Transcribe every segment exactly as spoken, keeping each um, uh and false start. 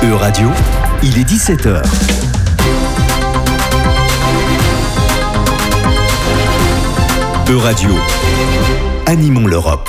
E-Radio, il est dix-sept heures. E-Radio, animons l'Europe.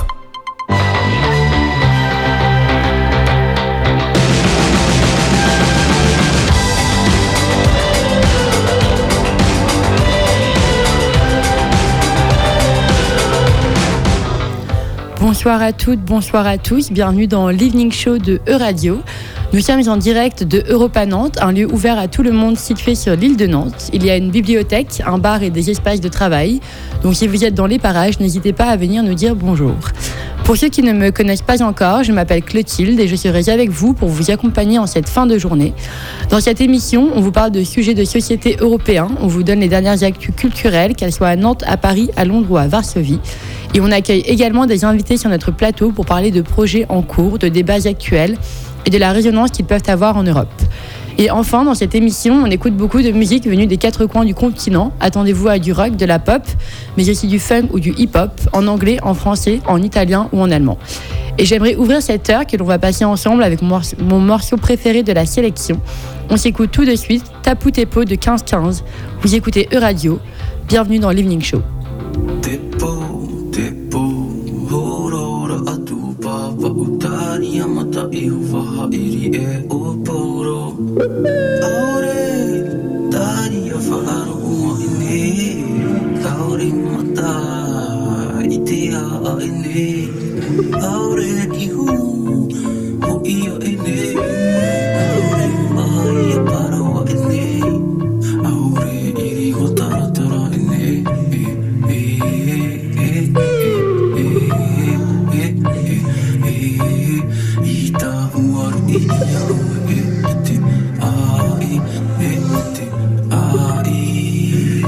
Bonsoir à toutes, bonsoir à tous, bienvenue dans l'Evening Show de E-Radio. Nous sommes en direct de Europa Nantes, un lieu ouvert à tout le monde situé sur l'île de Nantes. Il y a une bibliothèque, un bar et des espaces de travail. Donc si vous êtes dans les parages, n'hésitez pas à venir nous dire bonjour. Pour ceux qui ne me connaissent pas encore, je m'appelle Clotilde et je serai avec vous pour vous accompagner en cette fin de journée. Dans cette émission, on vous parle de sujets de société européens, on vous donne les dernières actus culturelles, qu'elles soient à Nantes, à Paris, à Londres ou à Varsovie. Et on accueille également des invités sur notre plateau pour parler de projets en cours, de débats actuels et de la résonance qu'ils peuvent avoir en Europe. Et enfin, dans cette émission, on écoute beaucoup de musique venue des quatre coins du continent. Attendez-vous à du rock, de la pop, mais aussi du funk ou du hip-hop, en anglais, en français, en italien ou en allemand. Et j'aimerais ouvrir cette heure que l'on va passer ensemble avec mon morceau, mon morceau préféré de la sélection. On s'écoute tout de suite, Tapu Tepo de quinze quinze. Vous écoutez E-Radio. Bienvenue dans l'Evening Show. Tepo, tepo, horora atu papa utari amata ihuvaha iri e oporo. Aure, tari afaro uma ine, kaori mata itea a ine. Aure ihu, ho ia ine, aure maia parawa ine. Aure iri hotara tara ine. Ita uaru iya ete ai ete ai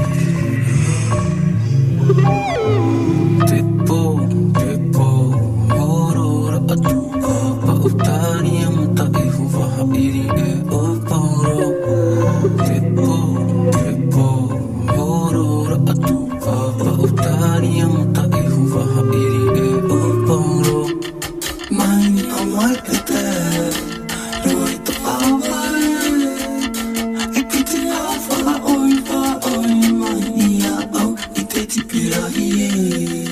Tepo tepo horora atu apa utari amata ihu vaha iri e oporo. Tepo tepo horora atu apa utari amata ihu vaha iri e oporo. Mine on my pete, lui to power. Ipiti alfa oi va oi mania au iteti pirahi.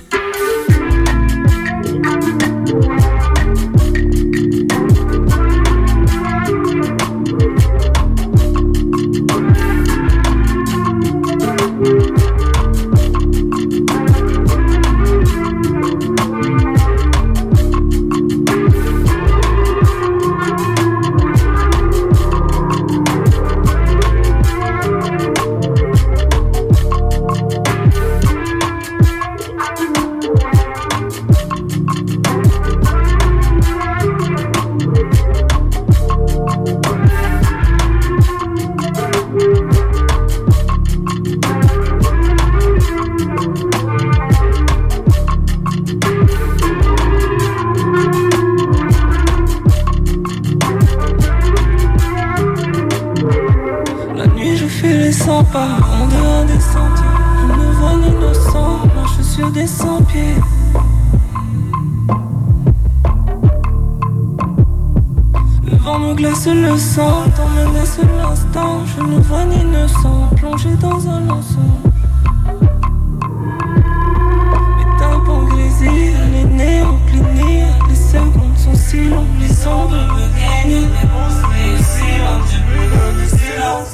Le sang t'emmène un seul instant. Je ne vois ni ne sens plongé dans un lançon. Les tympans grisés, les néons clignés. Les secondes sont si longues, les ombres me gagnent. Les bons mais aussi l'un du bruit d'un du silence.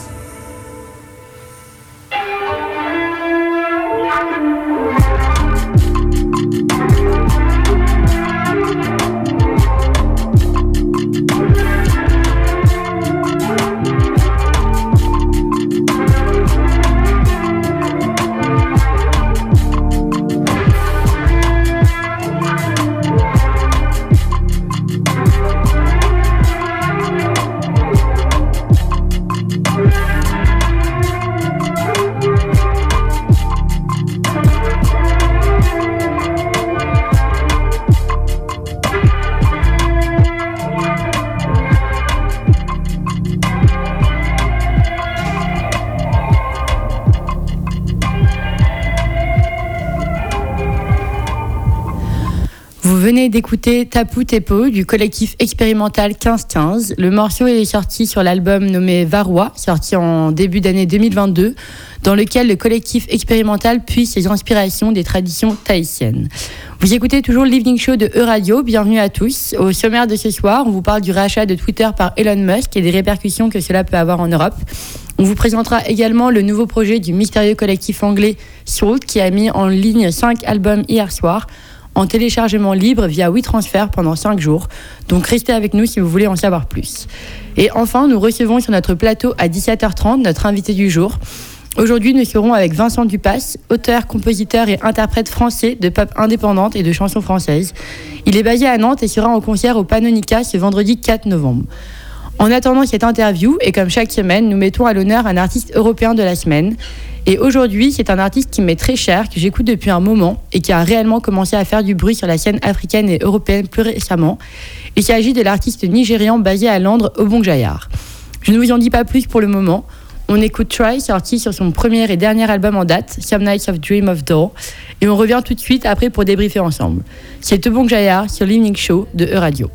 venez d'écouter Tapu Tepo du collectif expérimental quinze quinze. Le morceau est sorti sur l'album nommé Varroa, sorti en début d'année deux mille vingt-deux, dans lequel le collectif expérimental puise ses inspirations des traditions tahitiennes. Vous écoutez toujours le l'Evening Show de E-Radio, bienvenue à tous. Au sommaire de ce soir, on vous parle du rachat de Twitter par Elon Musk et des répercussions que cela peut avoir en Europe. On vous présentera également le nouveau projet du mystérieux collectif anglais Salt qui a mis en ligne cinq albums hier soir en téléchargement libre via WeTransfer pendant cinq jours. Donc restez avec nous si vous voulez en savoir plus. Et enfin, nous recevons sur notre plateau à dix-sept heures trente notre invité du jour. Aujourd'hui, nous serons avec Vincent Dupas, auteur, compositeur et interprète français de pop indépendante et de chansons françaises. Il est basé à Nantes et sera en concert au Panonica ce vendredi quatre novembre. En attendant cette interview, et comme chaque semaine, nous mettons à l'honneur un artiste européen de la semaine. Et aujourd'hui, c'est un artiste qui m'est très cher, que j'écoute depuis un moment et qui a réellement commencé à faire du bruit sur la scène africaine et européenne plus récemment. Il s'agit de l'artiste nigérian basé à Londres, Obong Jayar. Je ne vous en dis pas plus pour le moment. On écoute Try, sorti sur son premier et dernier album en date, Some Nights of Dream of Dawn, et on revient tout de suite après pour débriefer ensemble. C'est Obong Jayar sur l'Evening Show de E-Radio.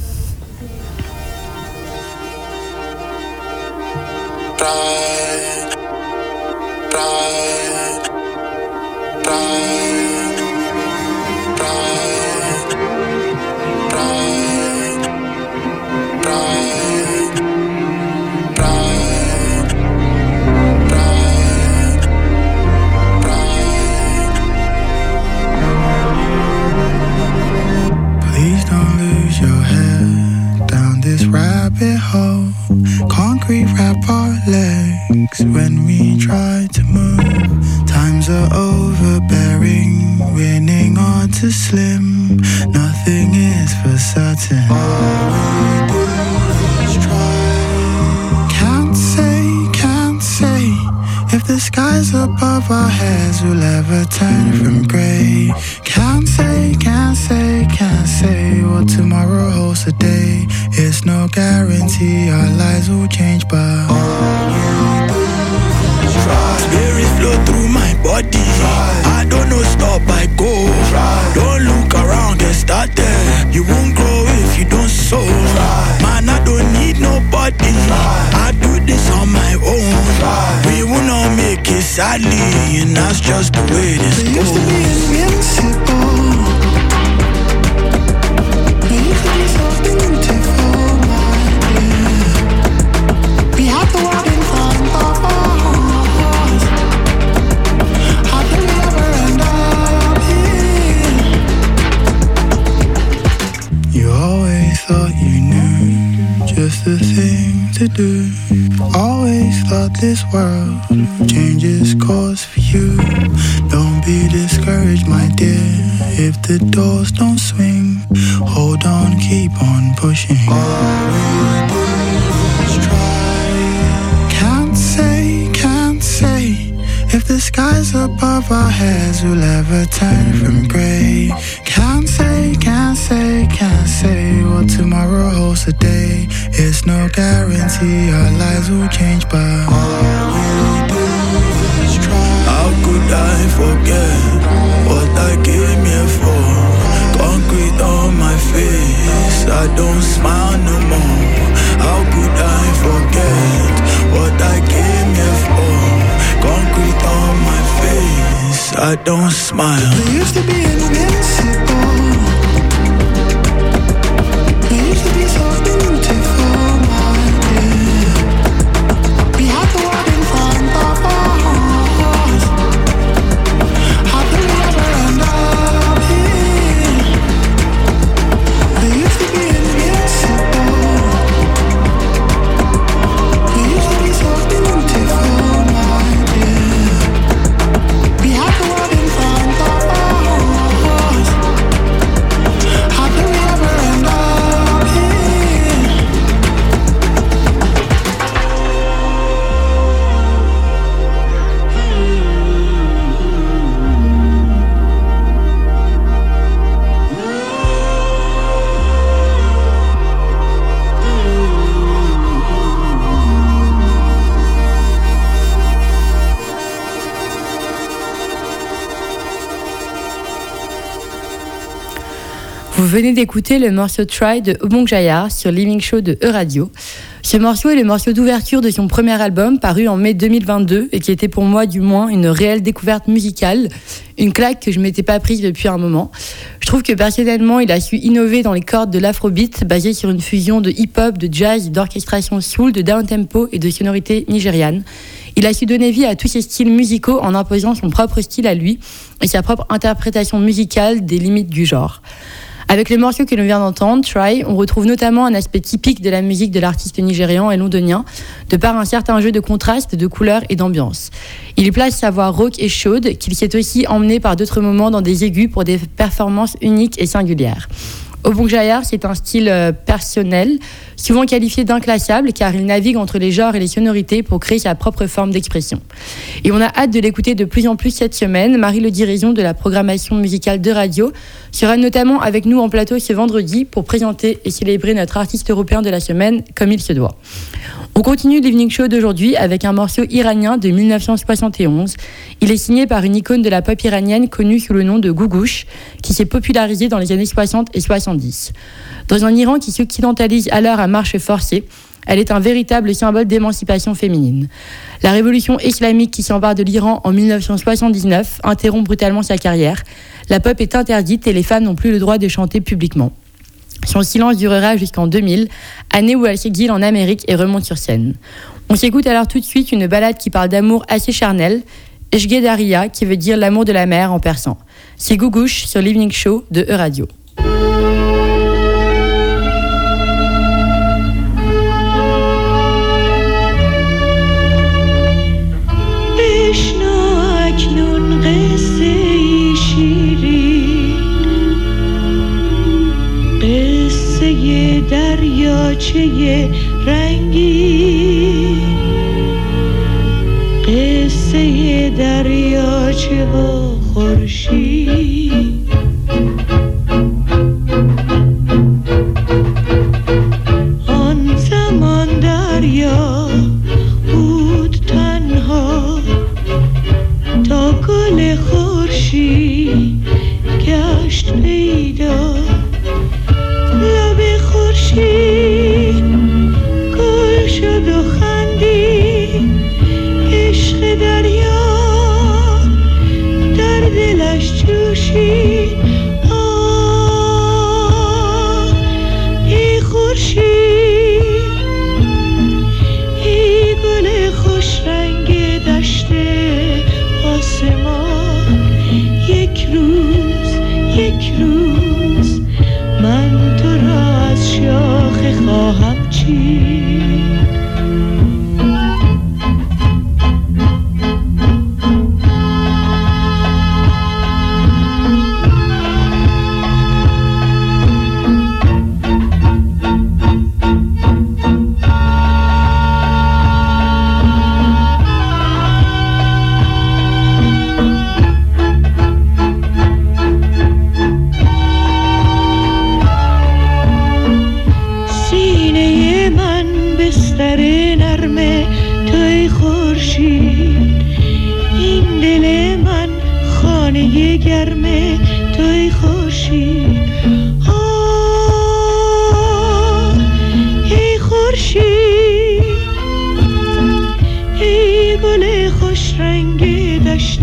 Pride, pride, pride, pride, pride, pride, pride, pride, pride. Please don't lose your head down this rabbit hole. Concrete wrap our legs when we try to move. Times are overbearing, winning on to slim. Nothing is for certain. All we do is try. Can't say, can't say if the skies above our heads will ever turn from grey. Can't say, can't say, can't say what tomorrow holds today. It's no guarantee our lives will change, but all we do is try. Spirit flow through my body. Try. I don't know, stop, I go. Try. Don't look around, get started. You won't grow if you don't sow. Try. Man, I don't need nobody. Try. I do this on my own. Try. We will not make it sadly, and that's just the way this goes. We used to be invincible. We used to be so beautiful. We have to walk in front of us. How can we ever end up here? You always thought you knew just the thing to do. Always thought this world changes course for you. Don't be discouraged, my dear, if the doors don't swing. Hold on, keep on pushing. All we do is try. Can't say, can't say if the skies above our heads will ever turn from grey. Can't say, can't say, can't say what tomorrow holds today. It's no guarantee our lives will change, but all we do is try. How could I forget what I came here for? Concrete on my face, I don't smile no more. How could I forget what I came here for? Concrete on my face, I don't smile. We used to be invincible. We used to be so beautiful, my dear. We had to walk in front of us. How can we ever end up here? We used to be invincible. We used to be so beautiful, my dear. We had to walk in front of us. venez d'écouter le morceau Try de Obong Jayar sur Living Show de E-Radio. Ce morceau est le morceau d'ouverture de son premier album paru en mai deux mille vingt-deux et qui était pour moi du moins une réelle découverte musicale, une claque que je ne m'étais pas prise depuis un moment. Je trouve que personnellement il a su innover dans les cordes de l'afrobeat basé sur une fusion de hip-hop, de jazz, d'orchestration soul, de down-tempo et de sonorités nigérianes. Il a su donner vie à tous ces styles musicaux en imposant son propre style à lui et sa propre interprétation musicale des limites du genre. Avec le morceau que l'on vient d'entendre, Try, on retrouve notamment un aspect typique de la musique de l'artiste nigérian et londonien, de par un certain jeu de contrastes, de couleurs et d'ambiance. Il place sa voix rauque et chaude, qu'il s'est aussi emmené par d'autres moments dans des aigus pour des performances uniques et singulières. Obong Jayar, c'est un style euh, personnel, souvent qualifié d'inclassable, car il navigue entre les genres et les sonorités pour créer sa propre forme d'expression. Et on a hâte de l'écouter de plus en plus cette semaine. Marie-Le Diraison de la programmation musicale de radio sera notamment avec nous en plateau ce vendredi pour présenter et célébrer notre artiste européen de la semaine comme il se doit. On continue l'Evening Show d'aujourd'hui avec un morceau iranien de dix-neuf cent soixante et onze. Il est signé par une icône de la pop iranienne connue sous le nom de Gougouche, qui s'est popularisée dans les années soixante et soixante-dix. Dans un Iran qui s'occidentalise alors à marche forcée, elle est un véritable symbole d'émancipation féminine. La révolution islamique qui s'empare de l'Iran en dix-neuf cent soixante-dix-neuf interrompt brutalement sa carrière. La pop est interdite et les femmes n'ont plus le droit de chanter publiquement. Son silence durera jusqu'en deux mille, année où elle s'exile en Amérique et remonte sur scène. On s'écoute alors tout de suite une ballade qui parle d'amour assez charnel, Eshge Daria, qui veut dire l'amour de la mer en persan. C'est Gougouche sur l'Evening Show de E-Radio. دریاچه رنگی قصه دریاچه و خورشید آن زمان دریا بود تنها تا گل خورشید گشت پیدا لب خورشید گل شد و خندید عشق دریا در دلش جوشید آه ای خورشید ای گل خوش رنگ دشت آسمان یک روز یک روز من تو را از شاخه خواهم چید گرمه توی خورشید آه ای خورشید ای گل خوش رنگ دشت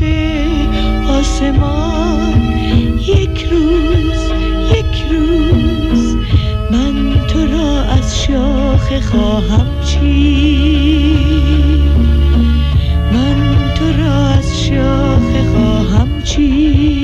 آسمان یک روز یک روز من تو را از شاخه خواهم چید من تو را از شاخه خواهم چید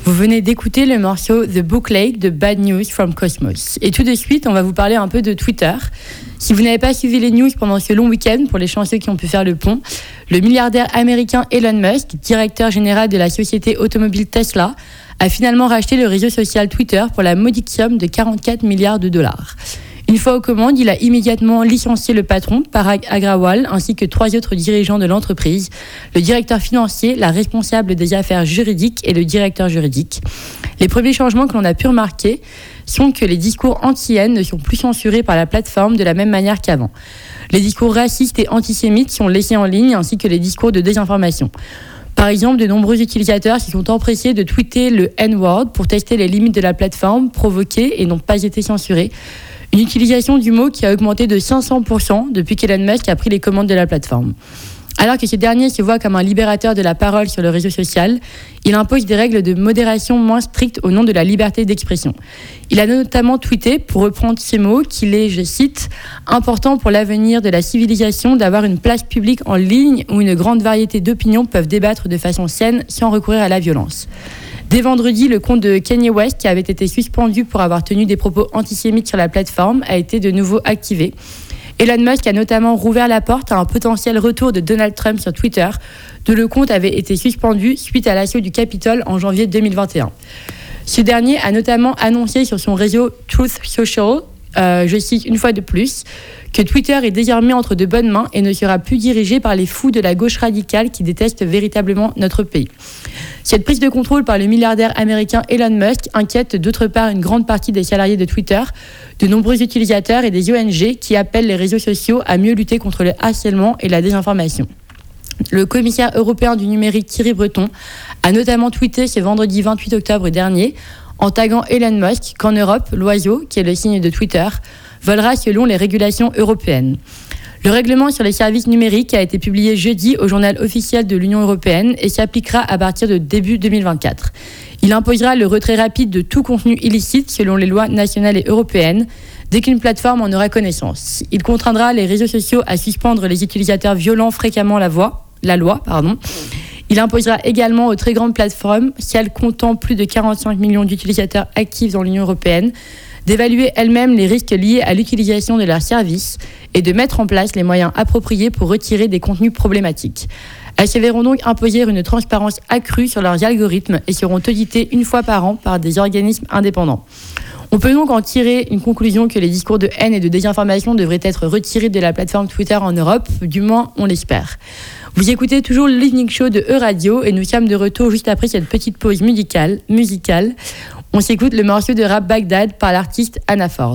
Vous venez d'écouter le morceau The Book Lake de Bad News from Cosmos. Et tout de suite, on va vous parler un peu de Twitter. Si vous n'avez pas suivi les news pendant ce long week-end, pour les chanceux qui ont pu faire le pont, le milliardaire américain Elon Musk, directeur général de la société automobile Tesla, a finalement racheté le réseau social Twitter pour la modique somme de quarante-quatre milliards de dollars. Une fois aux commandes, il a immédiatement licencié le patron, Parag Agrawal, ainsi que trois autres dirigeants de l'entreprise, le directeur financier, la responsable des affaires juridiques et le directeur juridique. Les premiers changements que l'on a pu remarquer sont que les discours anti-haine ne sont plus censurés par la plateforme de la même manière qu'avant. Les discours racistes et antisémites sont laissés en ligne, ainsi que les discours de désinformation. Par exemple, de nombreux utilisateurs se sont empressés de tweeter le N-word pour tester les limites de la plateforme, provoquer et n'ont pas été censurés. Une utilisation du mot qui a augmenté de cinq cents pour cent depuis qu'Elon Musk a pris les commandes de la plateforme. Alors que ce dernier se voit comme un libérateur de la parole sur le réseau social, il impose des règles de modération moins strictes au nom de la liberté d'expression. Il a notamment tweeté, pour reprendre ces mots, qu'il est, je cite, « important pour l'avenir de la civilisation d'avoir une place publique en ligne où une grande variété d'opinions peuvent débattre de façon saine sans recourir à la violence ». Dès vendredi, le compte de Kanye West, qui avait été suspendu pour avoir tenu des propos antisémites sur la plateforme, a été de nouveau activé. Elon Musk a notamment rouvert la porte à un potentiel retour de Donald Trump sur Twitter, d'où le compte avait été suspendu suite à l'assaut du Capitole en janvier deux mille vingt et un. Ce dernier a notamment annoncé sur son réseau Truth Social, euh, je cite une fois de plus, que Twitter est désormais entre de bonnes mains et ne sera plus dirigé par les fous de la gauche radicale qui détestent véritablement notre pays. Cette prise de contrôle par le milliardaire américain Elon Musk inquiète d'autre part une grande partie des salariés de Twitter, de nombreux utilisateurs et des O N G qui appellent les réseaux sociaux à mieux lutter contre le harcèlement et la désinformation. Le commissaire européen du numérique Thierry Breton a notamment tweeté ce vendredi vingt-huit octobre dernier en taguant Elon Musk qu'en Europe, l'oiseau, qui est le signe de Twitter, volera selon les régulations européennes. Le règlement sur les services numériques a été publié jeudi au journal officiel de l'Union européenne et s'appliquera à partir de début deux mille vingt-quatre. Il imposera le retrait rapide de tout contenu illicite selon les lois nationales et européennes dès qu'une plateforme en aura connaissance. Il contraindra les réseaux sociaux à suspendre les utilisateurs violant fréquemment la, voie, la loi. Pardon. Il imposera également aux très grandes plateformes, celles comptant plus de quarante-cinq millions d'utilisateurs actifs dans l'Union européenne, d'évaluer elles-mêmes les risques liés à l'utilisation de leurs services et de mettre en place les moyens appropriés pour retirer des contenus problématiques. Elles se verront donc imposer une transparence accrue sur leurs algorithmes et seront auditées une fois par an par des organismes indépendants. On peut donc en tirer une conclusion que les discours de haine et de désinformation devraient être retirés de la plateforme Twitter en Europe, du moins on l'espère. Vous écoutez toujours le Evening Show de E-Radio et nous sommes de retour juste après cette petite pause musicale. musicale. On s'écoute le morceau de rap Bagdad par l'artiste Anna Ford.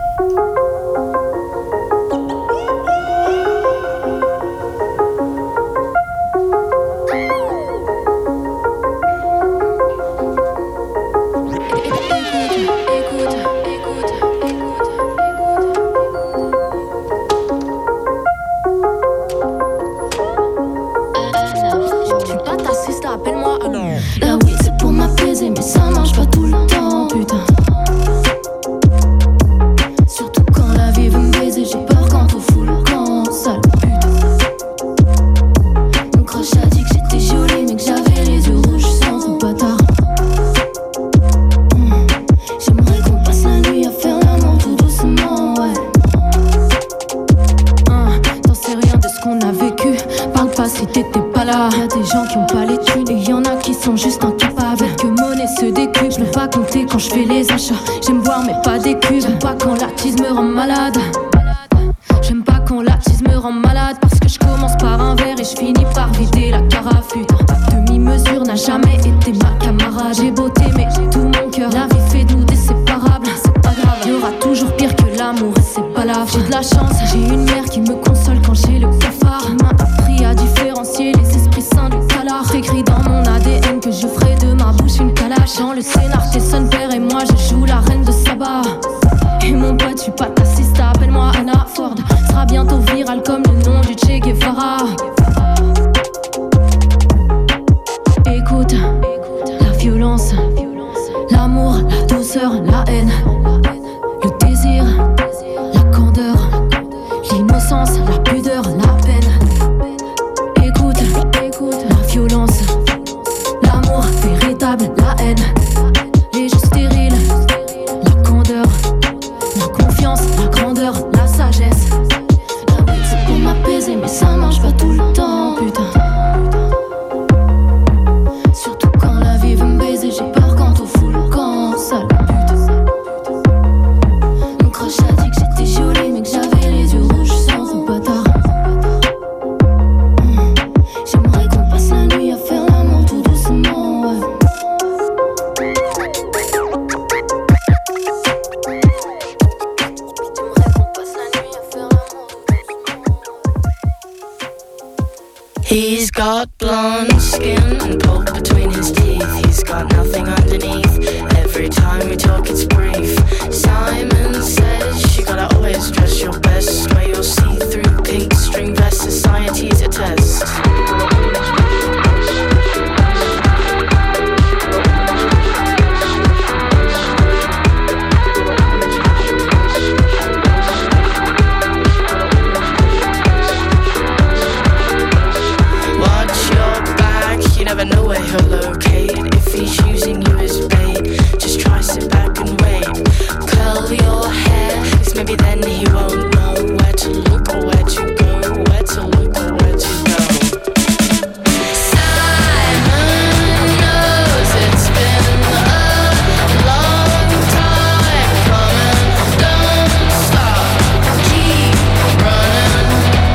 Mais ça marche pas tout le temps, putain. Surtout quand la vie veut me baiser, j'ai peur quand on fout le camp, sale putain. Mon crush a dit que j'étais jolie, mais que j'avais les yeux rouges sans ce bâtard. mmh. J'aimerais qu'on passe la nuit à faire l'amour tout doucement, ouais. mmh. T'en sais rien de ce qu'on a vécu, parle pas si t'étais pas là. Y'a des gens qui ont pas les thunes et y'en a qui sont juste incapables. Que monnaie se décupe, je veux pas compter quand je fais les achats. J'aime boire mais pas des cubes. J'aime pas quand la tease me rend malade. J'aime pas quand la tease me rend malade. Parce que je commence par un verre et je finis par vider la carafe. Putain, ta demi-mesure n'a jamais été ma camarade. J'ai beau t'aimer, j'ai tout mon cœur. La vie fait de nous des séparables. C'est pas grave, y'aura toujours pire que l'amour et c'est pas la fin. J'ai de la chance, j'ai une mère qui me console quand j'ai le cafard. Qui m'a appris à différencier les esprits sains du calard. Écrit dans mon A D N que je ferai de ma bouche une calache. Dans le scénar, t'es son père et moi je joue la reine de Saba. Et mon pote, je suis pas ta sista, appelle-moi Anna Ford. Sera bientôt viral comme le nom du Che Guevara. Écoute, la violence, l'amour, la douceur, la haine, le désir, la candeur, l'innocence, la pudeur, la peine. Écoute, got blonde skin and pulp between his teeth. He's got nothing underneath. Every time we talk it's brief. Simon says you gotta always dress your best. Wear your see-through pink string vest. Society's a test. Never know where he'll locate. If he's using you as bait, just try sit back and wait. Curl your hair, cause maybe then he won't know where to look or where to go. Where to look or where to go. Simon knows it's been a long time coming. Don't stop, keep running.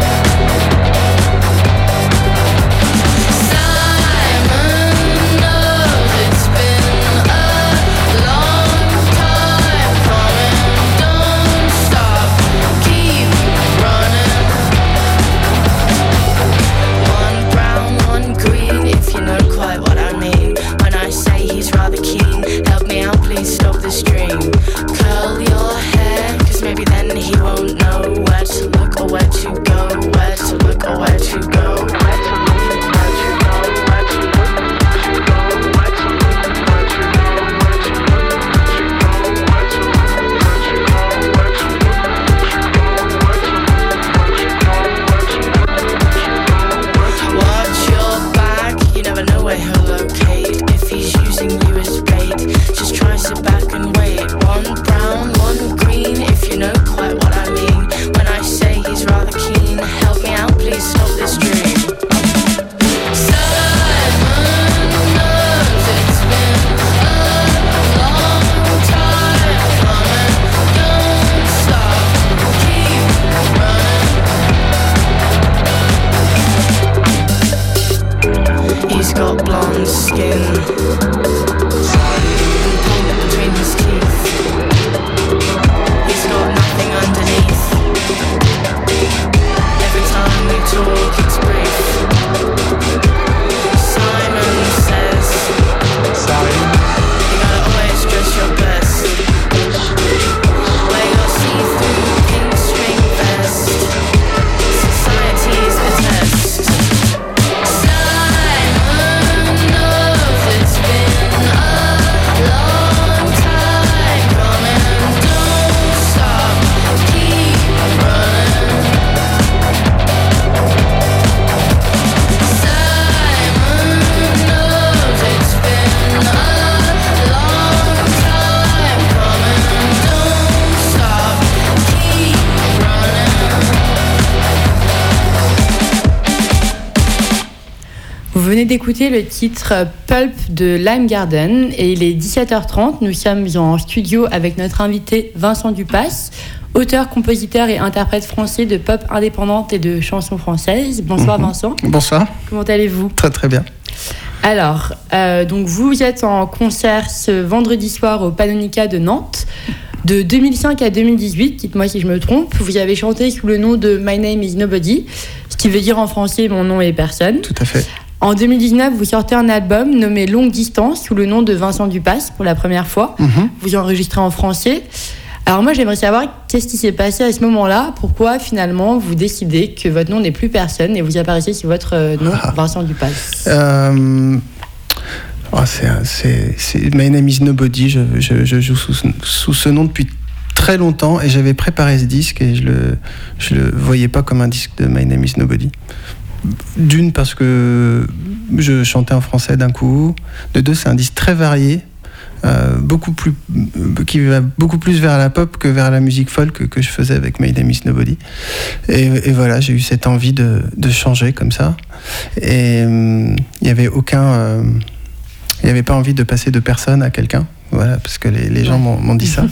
Vous venez d'écouter le titre Pulp de Lime Garden et il est dix-sept heures trente. Nous sommes en studio avec notre invité Vincent Dupas, auteur, compositeur et interprète français de pop indépendante et de chansons françaises. Bonsoir mmh. Vincent. Bonsoir. Comment allez-vous ? Très très bien. Alors, euh, donc vous êtes en concert ce vendredi soir au Panonica de Nantes. De deux mille cinq à deux mille dix-huit, dites-moi si je me trompe, vous avez chanté sous le nom de My Name is Nobody, ce qui veut dire en français Mon nom est personne. Tout à fait. En deux mille dix-neuf, vous sortez un album nommé Longue Distance sous le nom de Vincent Dupas pour la première fois. Mm-hmm. Vous enregistrez en français. Alors moi, j'aimerais savoir qu'est-ce qui s'est passé à ce moment-là. Pourquoi finalement vous décidez que votre nom n'est plus personne et vous apparaissez sous votre nom, ah. Vincent Dupas. Euh... Oh, c'est, c'est, c'est My Name is Nobody. Je, je, je joue sous, sous ce nom depuis très longtemps et j'avais préparé ce disque et je le, je le voyais pas comme un disque de My Name is Nobody. D'une, parce que je chantais en français d'un coup. De deux, c'est un disque très varié, euh, beaucoup plus, qui va beaucoup plus vers la pop que vers la musique folk que je faisais avec My Name is Nobody. Et, et voilà, j'ai eu cette envie de, de changer comme ça. Et il euh, n'y avait aucun... Euh, il n'y avait pas envie de passer de personne à quelqu'un. Voilà, parce que les, les gens ouais. m'ont, m'ont dit ça.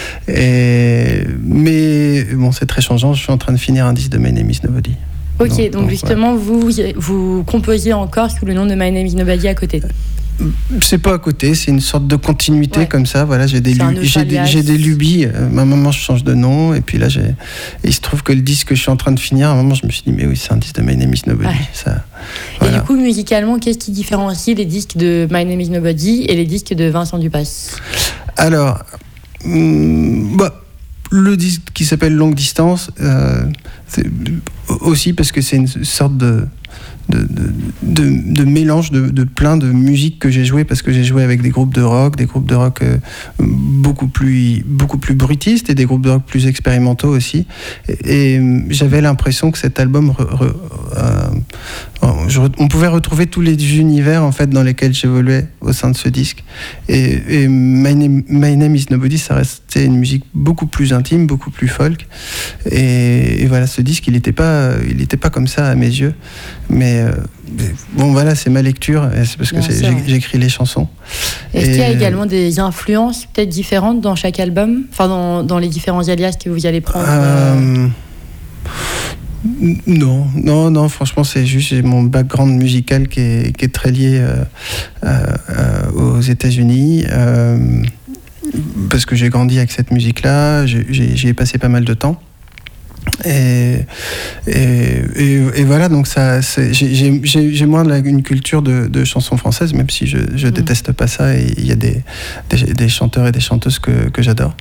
Et, mais bon, c'est très changeant. Je suis en train de finir un disque de My Name is Nobody. Ok, donc, donc justement, ouais. vous, vous composiez encore sous le nom de My Name is Nobody à côté. C'est pas à côté, c'est une sorte de continuité Ouais. comme ça. Voilà, j'ai des, C'est un lu- autre j'ai des, alias. j'ai des lubies. Euh, à un moment, je change de nom, et puis là, j'ai. Et il se trouve que le disque que je suis en train de finir, à un moment, je me suis dit, mais oui, c'est un disque de My Name Is Nobody. Ouais. Ça, Et voilà. du coup, musicalement, qu'est-ce qui différencie les disques de My Name Is Nobody et les disques de Vincent Dupass? Alors, hum, bah, le disque qui s'appelle Longue Distance, euh, c'est aussi parce que c'est une sorte de. De, de, de, de mélange de, de plein de musiques que j'ai joué, parce que j'ai joué avec des groupes de rock, des groupes de rock euh, beaucoup plus beaucoup plus bruitistes et des groupes de rock plus expérimentaux aussi. Et, et j'avais l'impression que cet album, re, re, euh, je, on pouvait retrouver tous les univers en fait dans lesquels j'évoluais au sein de ce disque. Et, et My, Name, My Name Is Nobody, ça restait une musique beaucoup plus intime, beaucoup plus folk. Et, et voilà, ce disque, il n'était pas, il n'était pas comme ça à mes yeux. Mais, euh, mais bon, voilà, c'est ma lecture, et c'est parce que Bien c'est, sûr, j'ai, ouais. j'écris les chansons. Est-ce Et- qu'il y a également des influences peut-être différentes dans chaque album, enfin dans, dans les différents alias que vous allez prendre euh, Euh, Non, non, non, franchement, c'est juste j'ai mon background musical qui est, qui est très lié euh, euh, euh, aux États-Unis. Euh, parce que j'ai grandi avec cette musique-là, j'ai, j'ai, j'y ai passé pas mal de temps. Et, et, et, et voilà, donc ça, c'est, j'ai, j'ai, j'ai, j'ai moins de la, une culture de, de chansons françaises, même si je, je Mm. déteste pas ça, et il y a des, des, des chanteurs et des chanteuses que, que j'adore.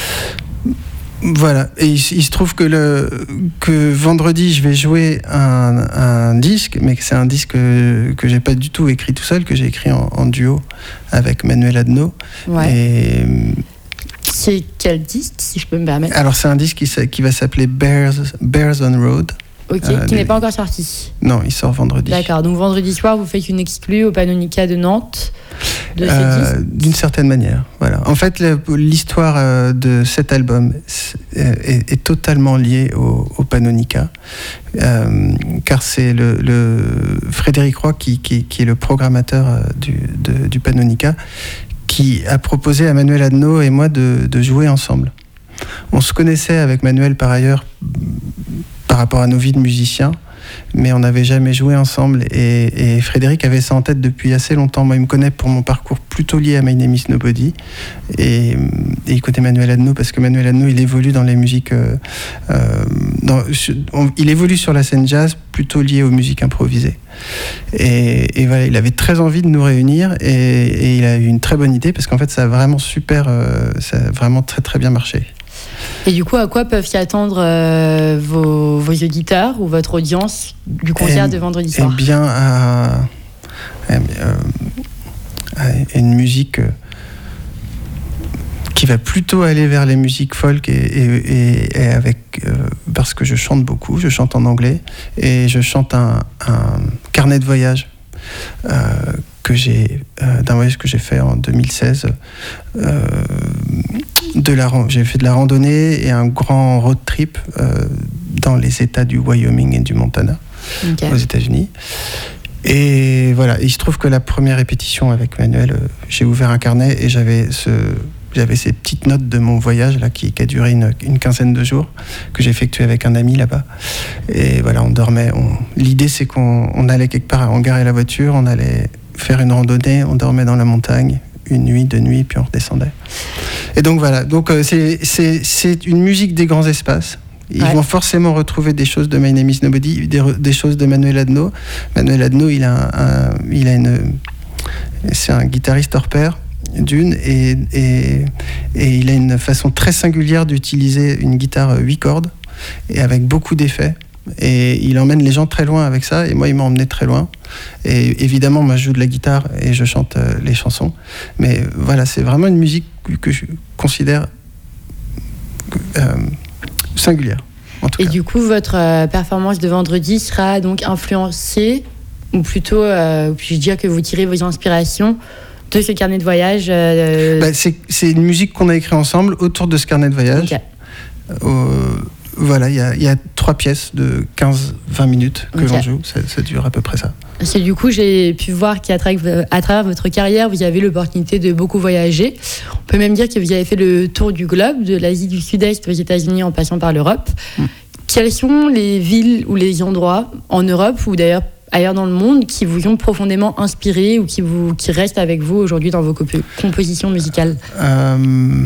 Voilà, et il, il se trouve que, le, que vendredi je vais jouer un, un disque, mais que c'est un disque que, que j'ai pas du tout écrit tout seul, que j'ai écrit en, en duo avec Manuel Adno. Ouais. Et C'est quel disque, si je peux me permettre? alors c'est un disque qui, s'a- qui va s'appeler Bears, Bears on Road. Ok, euh, qui les- n'est pas encore sorti. Non, il sort vendredi. D'accord, donc vendredi soir, vous faites une exclue au Panonica de Nantes de ce Euh, disque. d'une certaine manière, voilà. En fait, le- l'histoire euh, de cet album c'est- est, est totalement liée au, au Panonica, euh, car c'est le, le Frédéric Roy qui, qui, qui est le programmateur euh, du, de- du Panonica, qui a proposé à Manuel Adno et moi de, de jouer ensemble. On se connaissait avec Manuel par ailleurs par rapport à nos vies de musiciens, mais on n'avait jamais joué ensemble, et, et Frédéric avait ça en tête depuis assez longtemps. Moi, il me connaît pour mon parcours plutôt lié à My Name Is Nobody, et, et il connaît Manuel Adno parce que Manuel Adno, il évolue dans les musiques euh, euh, dans, on, il évolue sur la scène jazz plutôt liée aux musiques improvisées, et, et voilà, il avait très envie de nous réunir, et, et il a eu une très bonne idée, parce qu'en fait ça a vraiment super euh, ça a vraiment très très bien marché. Et du coup, à quoi peuvent s'y attendre euh, vos, vos auditeurs ou votre audience du concert Eh- de vendredi Eh soir? bien, à, à- euh, à une musique euh, qui va plutôt aller vers les musiques folk, et, et- et- et avec euh, parce que je chante beaucoup, je chante en anglais, et je chante un, un carnet de voyage euh, que j'ai euh, d'un voyage que j'ai fait en deux mille seize. Euh, de la, ran- j'ai fait de la randonnée et un grand road trip euh, dans les États du Wyoming et du Montana, Ok. aux États-Unis. Et voilà, il se trouve que la première répétition avec Manuel, euh, j'ai ouvert un carnet et j'avais ce, j'avais ces petites notes de mon voyage là qui, qui a duré une, une quinzaine de jours, que j'ai effectué avec un ami là-bas. Et voilà, on dormait. On, l'idée c'est qu'on on allait quelque part, on garait la voiture, on allait faire une randonnée, on dormait dans la montagne, une nuit, deux nuits, puis on redescendait. Et donc voilà, donc euh, c'est, c'est, c'est une musique des grands espaces. Ils Ouais. vont forcément retrouver des choses de My Name Is Nobody, des, re- des choses de Manuel Adno. Manuel Adno, il a, un, un- il a une, c'est un guitariste hors pair, d'une, et, et, et il a une façon très singulière d'utiliser une guitare huit cordes et avec beaucoup d'effets. Et il emmène les gens très loin avec ça, et moi il m'a emmené très loin. Et évidemment, moi je joue de la guitare et je chante euh, les chansons. Mais euh, voilà, c'est vraiment une musique que, que je considère euh, singulière, en tout Et cas. du coup, votre euh, performance de vendredi sera donc influencée, ou plutôt, euh, puis-je dire que vous tirez vos inspirations de ce carnet de voyage euh, Bah, c'est, c'est une musique qu'on a écrite ensemble autour de ce carnet de voyage. ok. Euh, voilà, il y a, il y a trois pièces de quinze vingt minutes que Ok. l'on joue, ça, ça dure à peu près ça. Parce que du coup, j'ai pu voir qu'à travers, à travers votre carrière, vous avez l'opportunité de beaucoup voyager. On peut même dire que vous avez fait le tour du globe, de l'Asie du Sud-Est aux États-Unis en passant par l'Europe. Mm. Quelles sont les villes ou les endroits en Europe, ou d'ailleurs ailleurs dans le monde qui vous ont profondément inspiré ou qui, vous, qui restent avec vous aujourd'hui dans vos comp- compositions musicales? euh,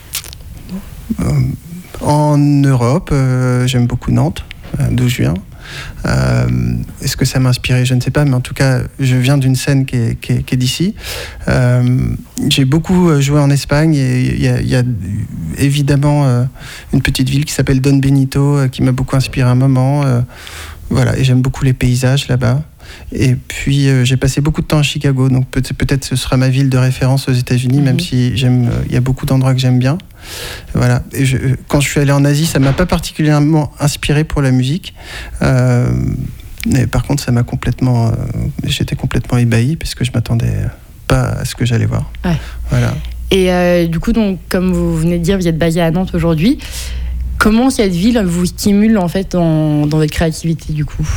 euh, En Europe, euh, j'aime beaucoup Nantes, euh, d'où je viens. Euh, est-ce que ça m'a inspiré? Je ne sais pas, mais en tout cas, je viens d'une scène qui est, qui est, qui est d'ici. Euh, j'ai beaucoup joué en Espagne et il y a, il y a évidemment euh, une petite ville qui s'appelle Don Benito euh, qui m'a beaucoup inspiré à un moment. Euh, voilà, et j'aime beaucoup les paysages là-bas. Et puis euh, j'ai passé beaucoup de temps à Chicago, donc peut- peut-être ce sera ma ville de référence aux États-Unis, mmh. même si j'aime, il y a beaucoup d'endroits que j'aime bien. Voilà. Et je, quand je suis allé en Asie, ça m'a pas particulièrement inspiré pour la musique. Euh, mais par contre, ça m'a complètement, euh, j'étais complètement ébahi parce que je m'attendais pas à ce que j'allais voir. Ouais. Voilà. Et euh, du coup, donc, comme vous venez de dire, vous êtes basé à Nantes aujourd'hui. Comment cette ville vous stimule en fait dans, dans votre créativité du coup?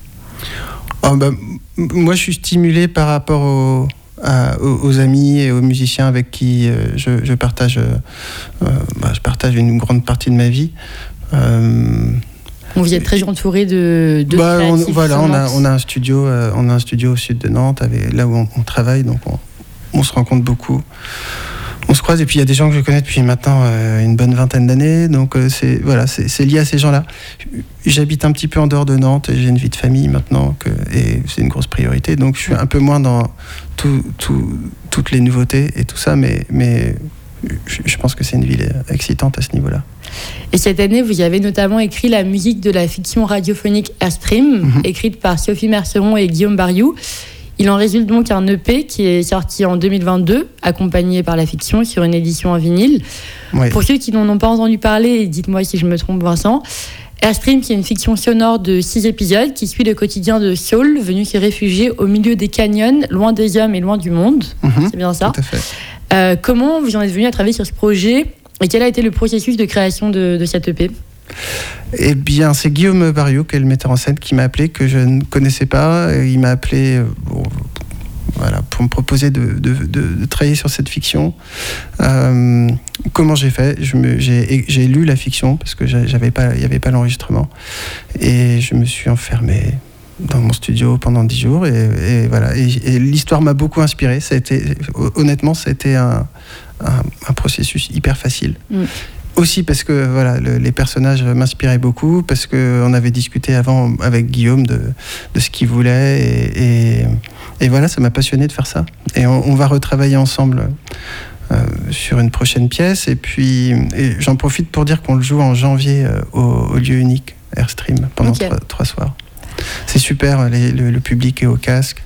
Oh bah, moi, je suis stimulé par rapport aux, à, aux, aux amis et aux musiciens avec qui euh, je, je, partage, euh, bah, je partage une grande partie de ma vie. Euh, Vous êtes très entouré de, de bah, créatifs. On, voilà, on a, on a un studio, euh, on a un studio au sud de Nantes, avec, là où on, on travaille, donc on, on se rencontre beaucoup. On se croise et puis il y a des gens que je connais depuis maintenant euh, une bonne vingtaine d'années, donc euh, c'est, voilà, c'est, c'est lié à ces gens-là. J'habite un petit peu en dehors de Nantes, j'ai une vie de famille maintenant que, et c'est une grosse priorité, donc je suis un peu moins dans tout, tout, toutes les nouveautés et tout ça, mais, mais je, je pense que c'est une ville excitante à ce niveau-là. Et cette année, vous avez notamment écrit la musique de la fiction radiophonique Airstream, mm-hmm. écrite par Sophie Merceron et Guillaume Bariou. Il en résulte donc un E P qui est sorti en deux mille vingt-deux, accompagné par la fiction sur une édition en vinyle. Oui. Pour ceux qui n'en ont pas entendu parler, dites-moi si je me trompe, Vincent, Airstream, c'est une fiction sonore de six épisodes qui suit le quotidien de Saul, venu s'y réfugier au milieu des canyons, loin des hommes et loin du monde. Mmh, c'est bien ça. Tout à fait. Euh, comment vous en êtes venu à travailler sur ce projet et quel a été le processus de création de, de cette E P? Eh bien, c'est Guillaume Bariou, qui est le metteur en scène, qui m'a appelé, que je ne connaissais pas. Il m'a appelé bon, voilà, pour me proposer de, de, de, de travailler sur cette fiction. Euh, comment j'ai fait? je me, j'ai, j'ai lu la fiction, parce que j'avais pas, il n'y avait pas l'enregistrement. Et je me suis enfermé dans mon studio pendant dix jours. Et, et, voilà. et, et l'histoire m'a beaucoup inspiré. Ça a été, honnêtement, ça a été un, un, un processus hyper facile. Mm. Aussi parce que voilà, le, les personnages m'inspiraient beaucoup, parce qu'on avait discuté avant avec Guillaume de, de ce qu'il voulait, et, et, et voilà, ça m'a passionné de faire ça. Et on, on va retravailler ensemble euh, sur une prochaine pièce, et puis et j'en profite pour dire qu'on le joue en janvier euh, au, au lieu unique, Airstream, pendant okay. trois, trois soirs. C'est super, les, le, le public est au casque.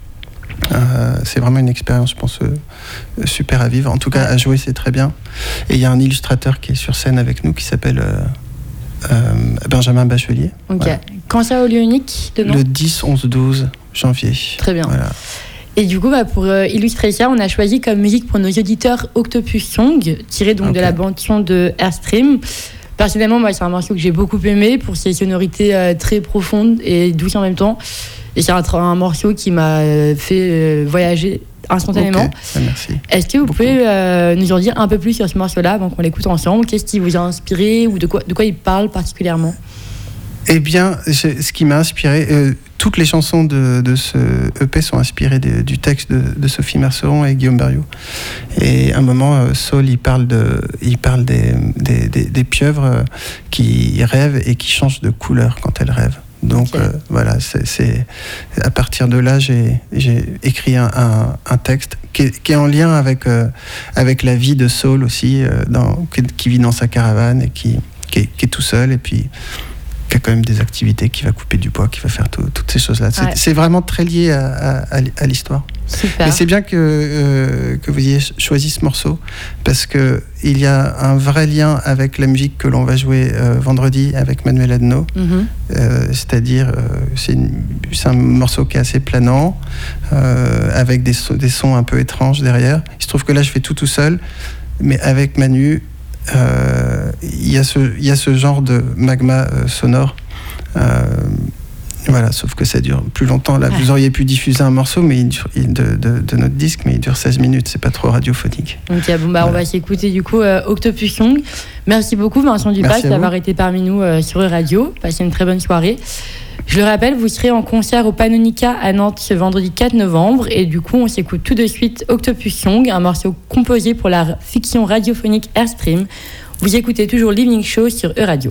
Euh, c'est vraiment une expérience, je pense, euh, super à vivre. En tout cas, à jouer, c'est très bien. Et il y a un illustrateur qui est sur scène avec nous qui s'appelle euh, euh, Benjamin Bachelier. Ok. Voilà. Quand ça au lieu unique de Nantes ? Le dix, onze, douze janvier. Très bien. Voilà. Et du coup, bah, pour euh, illustrer ça, on a choisi comme musique pour nos auditeurs Octopus Song, tiré donc okay. de la bande-son de Airstream. Personnellement, moi, c'est un morceau que j'ai beaucoup aimé pour ses sonorités euh, très profondes et douces en même temps. Et c'est un, un morceau qui m'a fait voyager instantanément. Okay. Merci. Est-ce que vous Beaucoup. pouvez euh, nous en dire un peu plus sur ce morceau-là avant qu'on l'écoute ensemble? Qu'est-ce qui vous a inspiré ou de quoi, de quoi il parle particulièrement? Eh bien, ce qui m'a inspiré, euh, toutes les chansons de, de ce E P sont inspirées de, du texte de, de Sophie Merceron et Guillaume Bariou. Et à un moment, euh, Saul, il parle, de, il parle des, des, des, des pieuvres qui rêvent et qui changent de couleur quand elles rêvent. Donc okay. euh, voilà, c'est, c'est à partir de là, j'ai, j'ai écrit un, un, un texte qui est, qui est en lien avec, euh, avec la vie de Saul aussi, euh, dans, qui, qui vit dans sa caravane et qui, qui, est, qui est tout seul, et puis qui a quand même des activités, qui va couper du bois, qui va faire tout, toutes ces choses-là. C'est, ouais. c'est vraiment très lié à, à, à l'histoire. Super. Et c'est bien que, euh, que vous ayez choisi ce morceau, parce qu'il y a un vrai lien avec la musique que l'on va jouer euh, vendredi avec Manuel Adno. Mm-hmm. Euh, c'est-à-dire, euh, c'est, une, c'est un morceau qui est assez planant, euh, avec des, so- des sons un peu étranges derrière. Il se trouve que là, je fais tout tout seul, mais avec Manu, il euh, y, y a ce genre de magma euh, sonore. Euh, Voilà, sauf que ça dure plus longtemps. Là, vous auriez pu diffuser un morceau mais il dure, il, de, de, de notre disque, mais il dure seize minutes. C'est pas trop radiophonique. Ok, bon, bah, voilà. On va s'écouter du coup euh, Octopus Song. Merci beaucoup, Vincent Dupas, d'avoir été parmi nous euh, sur Radio. Passez une très bonne soirée. Je le rappelle, vous serez en concert au Pannonica à Nantes ce vendredi quatre novembre et du coup on s'écoute tout de suite Octopus Young, un morceau composé pour la fiction radiophonique Airstream. Vous écoutez toujours l'Evening Show sur Euradio.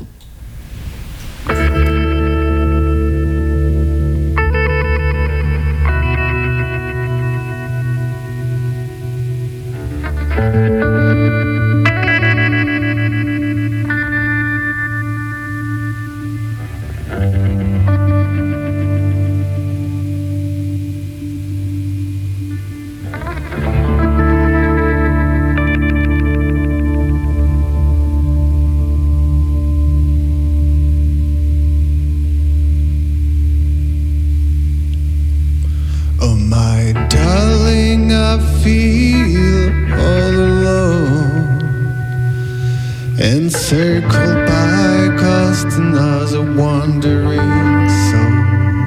Encircled by customers of wandering souls,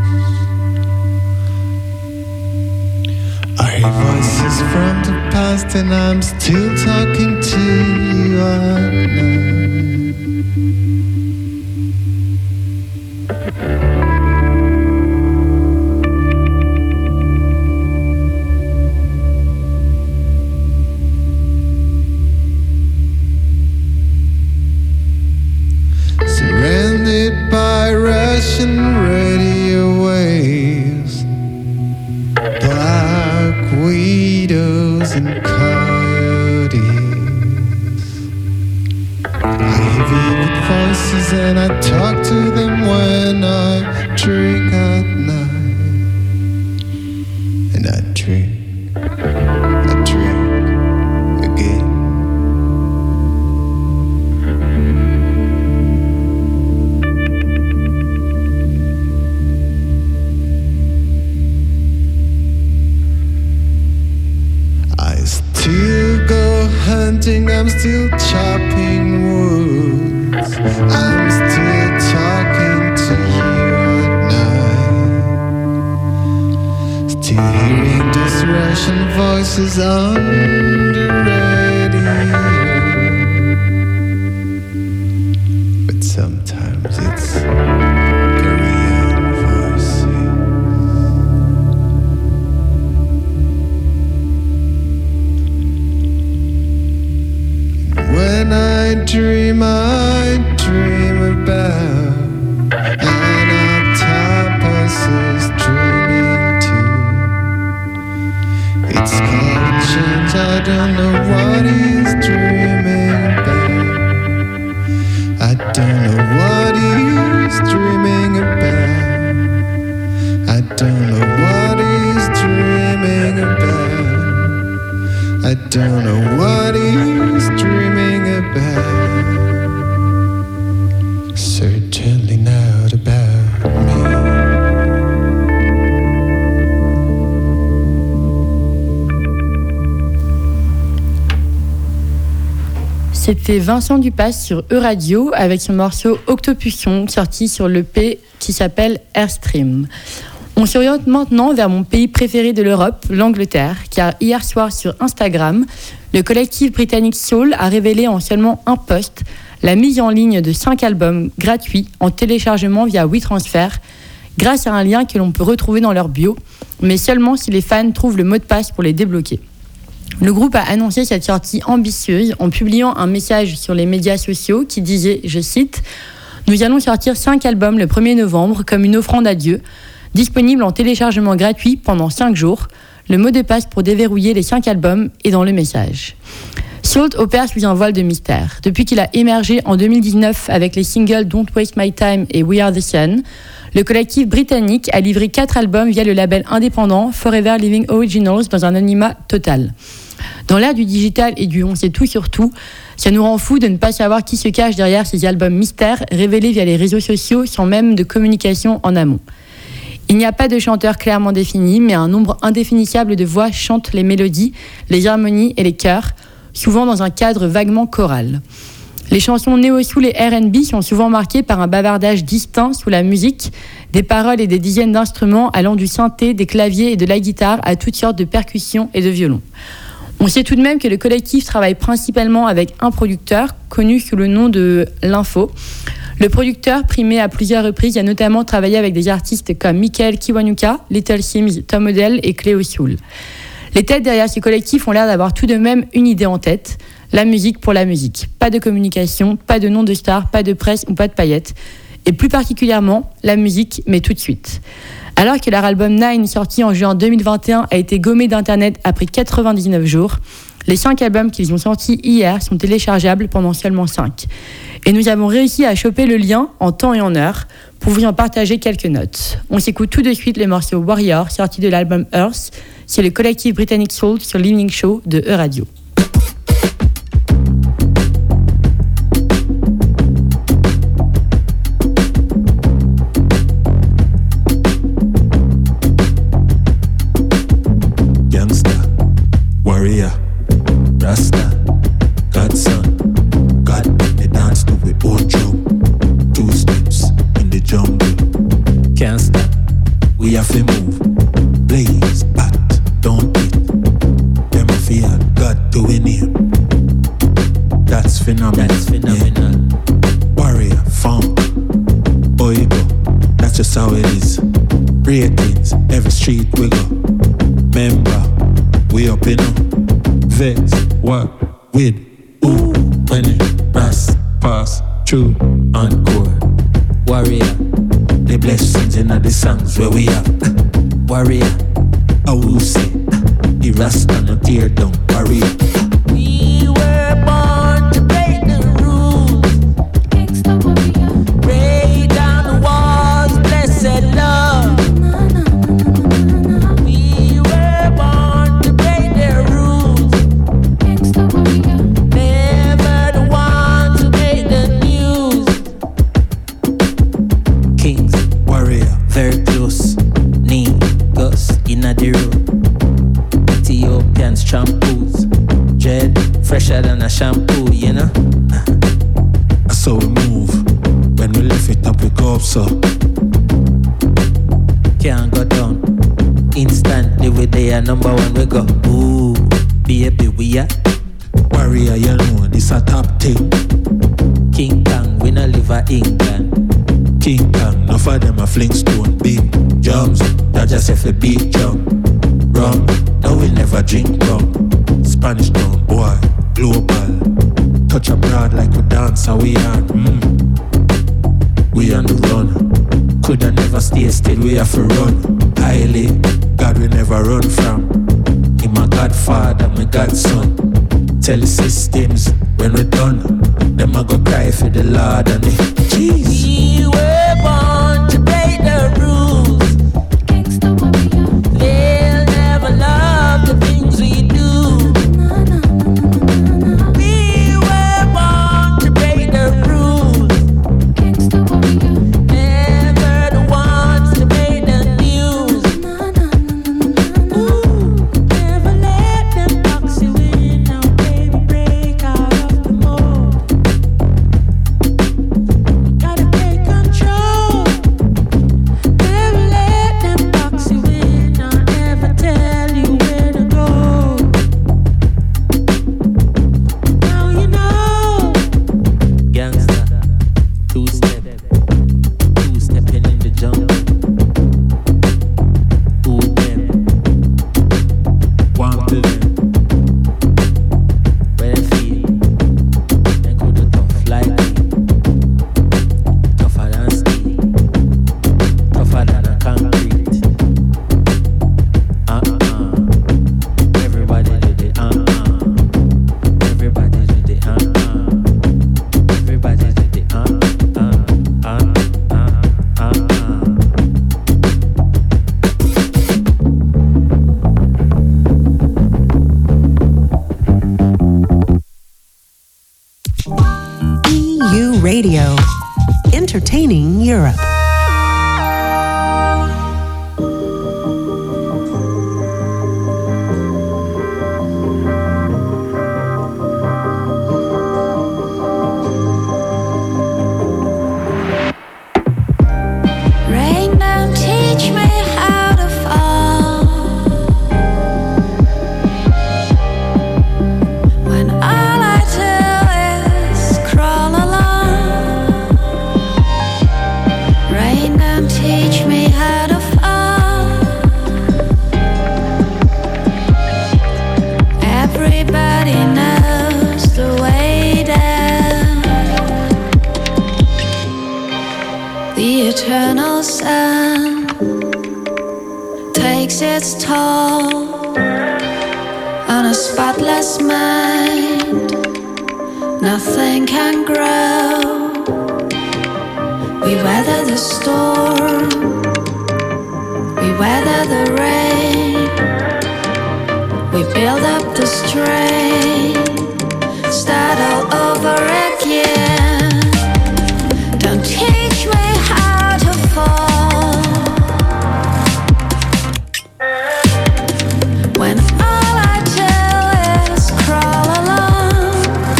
I hear voices from the past and I'm still talking to you at night. By Russian radio waves, black widows and coyotes. I hear vivid voices and I talk to them when I drink at night. And I drink, I drink again. Still go hunting, I'm still chopping woods, I'm still talking to you at night. Still hearing those Russian voices on the radio, but sometimes it's Korean voices. When I dream, I dream about an octopus dreaming too. It's called change, I don't know what he's dreaming about. I don't know what he's dreaming about. I don't know what he's dreaming about. I don't know what he's dreaming about. Certainly not about me. C'était Vincent Dupas sur Euradio avec son morceau Octopus Young sorti sur l'E P qui s'appelle Airstream. On s'oriente maintenant vers mon pays préféré de l'Europe, l'Angleterre, car hier soir sur Instagram, le collectif britannique Soul a révélé en seulement un post la mise en ligne de cinq albums gratuits en téléchargement via WeTransfer, grâce à un lien que l'on peut retrouver dans leur bio, mais seulement si les fans trouvent le mot de passe pour les débloquer. Le groupe a annoncé cette sortie ambitieuse en publiant un message sur les médias sociaux qui disait, je cite, « Nous allons sortir cinq albums le premier novembre comme une offrande à Dieu, disponible en téléchargement gratuit pendant cinq jours. Le mot de passe pour déverrouiller les cinq albums est dans le message. » Salt opère sous un voile de mystère. Depuis qu'il a émergé en deux mille dix-neuf avec les singles Don't Waste My Time et We Are the Sun, le collectif britannique a livré quatre albums via le label indépendant Forever Living Originals dans un anonymat total. Dans l'ère du digital et du on sait tout sur tout, ça nous rend fou de ne pas savoir qui se cache derrière ces albums mystères révélés via les réseaux sociaux sans même de communication en amont. Il n'y a pas de chanteur clairement défini, mais un nombre indéfinissable de voix chantent les mélodies, les harmonies et les chœurs, souvent dans un cadre vaguement choral. Les chansons néo-soul et R and B sont souvent marquées par un bavardage distinct sous la musique, des paroles et des dizaines d'instruments allant du synthé, des claviers et de la guitare à toutes sortes de percussions et de violons. On sait tout de même que le collectif travaille principalement avec un producteur, connu sous le nom de L'Info. Le producteur, primé à plusieurs reprises, a notamment travaillé avec des artistes comme Michael Kiwanuka, Little Sims, Tom Odell et Cléo Soul. Les têtes derrière ce collectif ont l'air d'avoir tout de même une idée en tête, la musique pour la musique. Pas de communication, pas de nom de star, pas de presse ou pas de paillettes. Et plus particulièrement, la musique, mais tout de suite. Alors que leur album Nine, sorti en juin deux mille vingt et un, a été gommé d'internet après quatre-vingt-dix-neuf jours, les cinq albums qu'ils ont sortis hier sont téléchargeables pendant seulement cinq. Et nous avons réussi à choper le lien en temps et en heure pour vous en partager quelques notes. On s'écoute tout de suite le morceau Warrior, sorti de l'album Earth, c'est le collectif britannique Soul sur l'Evening Show de E-Radio. Warrior, Rasta, Godson, God make me dance to the old drum. Two steps in the jungle, can't stop, we have to move. Blaze, bat, don't hit, them a fear God doing it. That's phenomenal, that's phenomenal. Yeah. Warrior, funk, oigo, that's just how it is. Ratings, every street we go. Member, we up in up, vex, work with, ooh, when it pass, pass, true, encore. Warrior, the blessings in the songs where we are. Warrior, I will say, the Rasta no tear down, warrior. We were born to break the rules, break down the walls, blessed love. Shampoos, dread, fresher than a shampoo, you know. That's how we move. When we lift it up, we go up so. Can't go down. Instantly we there, number one we go. Ooh, baby we are. Warrior, you know this a top thing. King Kong, we no live a England. King Kong, enough of them a fling stone big drums. That just if a beat drum. Rum, no we never drink rum. Spanish town, boy, global. Touch abroad like we dance how we are. Mm. We on the run. Coulda never stay still, we have to run. Highly, God we never run from. He my godfather, my godson. Tell the systems when we done. Them a go cry for the Lord and the Jeez. We were born to break the rules. They'll never love the things we do. We were born to break the rules. Never the ones to make the news. Ooh, never let them box you in. Now baby, break out of the mold. Gotta take control. Never let them box you in. I'll never tell you where to go. Now you know. Gangsta, two step, two stepping in the jungle. Ooh, them, one to them. Where they feel, they go to tough like me. Tougher than steel, tougher than a concrete. Uh-uh, everybody do the uh-uh. Everybody do the uh-uh. Everybody do the uh-uh, uh-uh, uh-uh. E U Radio, entertaining Europe. Rain down, teach me how to fall. When all I do is crawl along. fall on a spotless mind. Nothing can grow. We weather the storm, we weather the rain, we build up the strength, start all over again. Don't teach me how to fall when all I do is crawl along.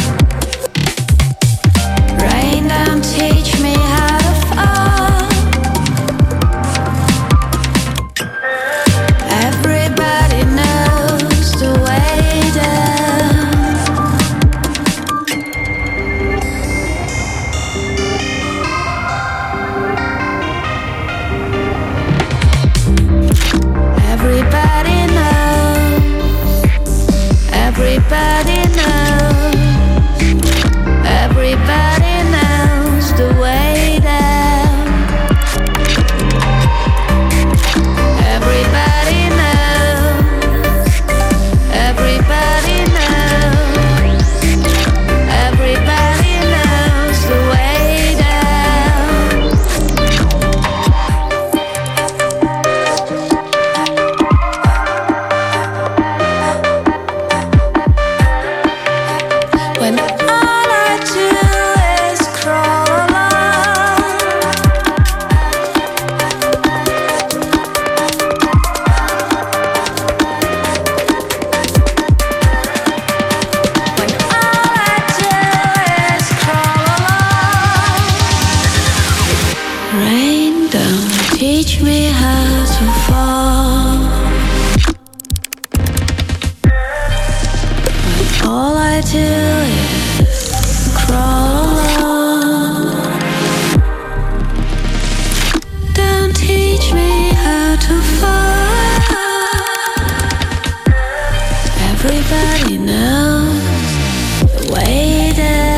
Rain, don't teach me how to fall. Everybody knows the way down. Everybody knows, everybody knows, everybody knows the way down. Everybody knows, everybody knows, everybody knows the way down. When all I do is crawl along. When all I do is crawl along. Rain, don't teach me how to fall. When all I do is crawl along. Don't teach me how to fall. Everybody knows the way down.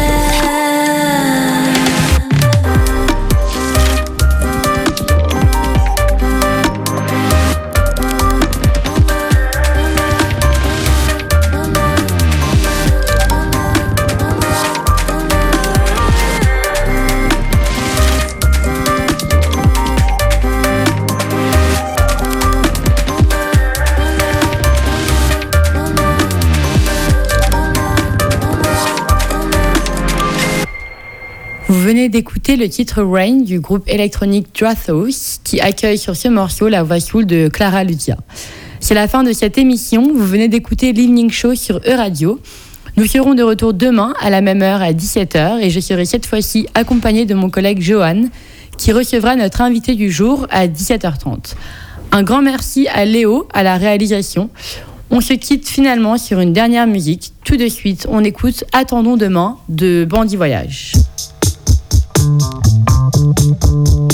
Vous venez d'écouter le titre Rain du groupe électronique Drathos qui accueille sur ce morceau la voix soul de Clara Lucia. C'est la fin de cette émission. Vous venez d'écouter l'Evening Show sur E-Radio. Nous serons de retour demain à la même heure à dix-sept heures et je serai cette fois-ci accompagnée de mon collègue Johan qui recevra notre invité du jour à dix-sept heures trente. Un grand merci à Léo à la réalisation. On se quitte finalement sur une dernière musique. Tout de suite, on écoute Attendons demain de Bandit Voyage. Thank you.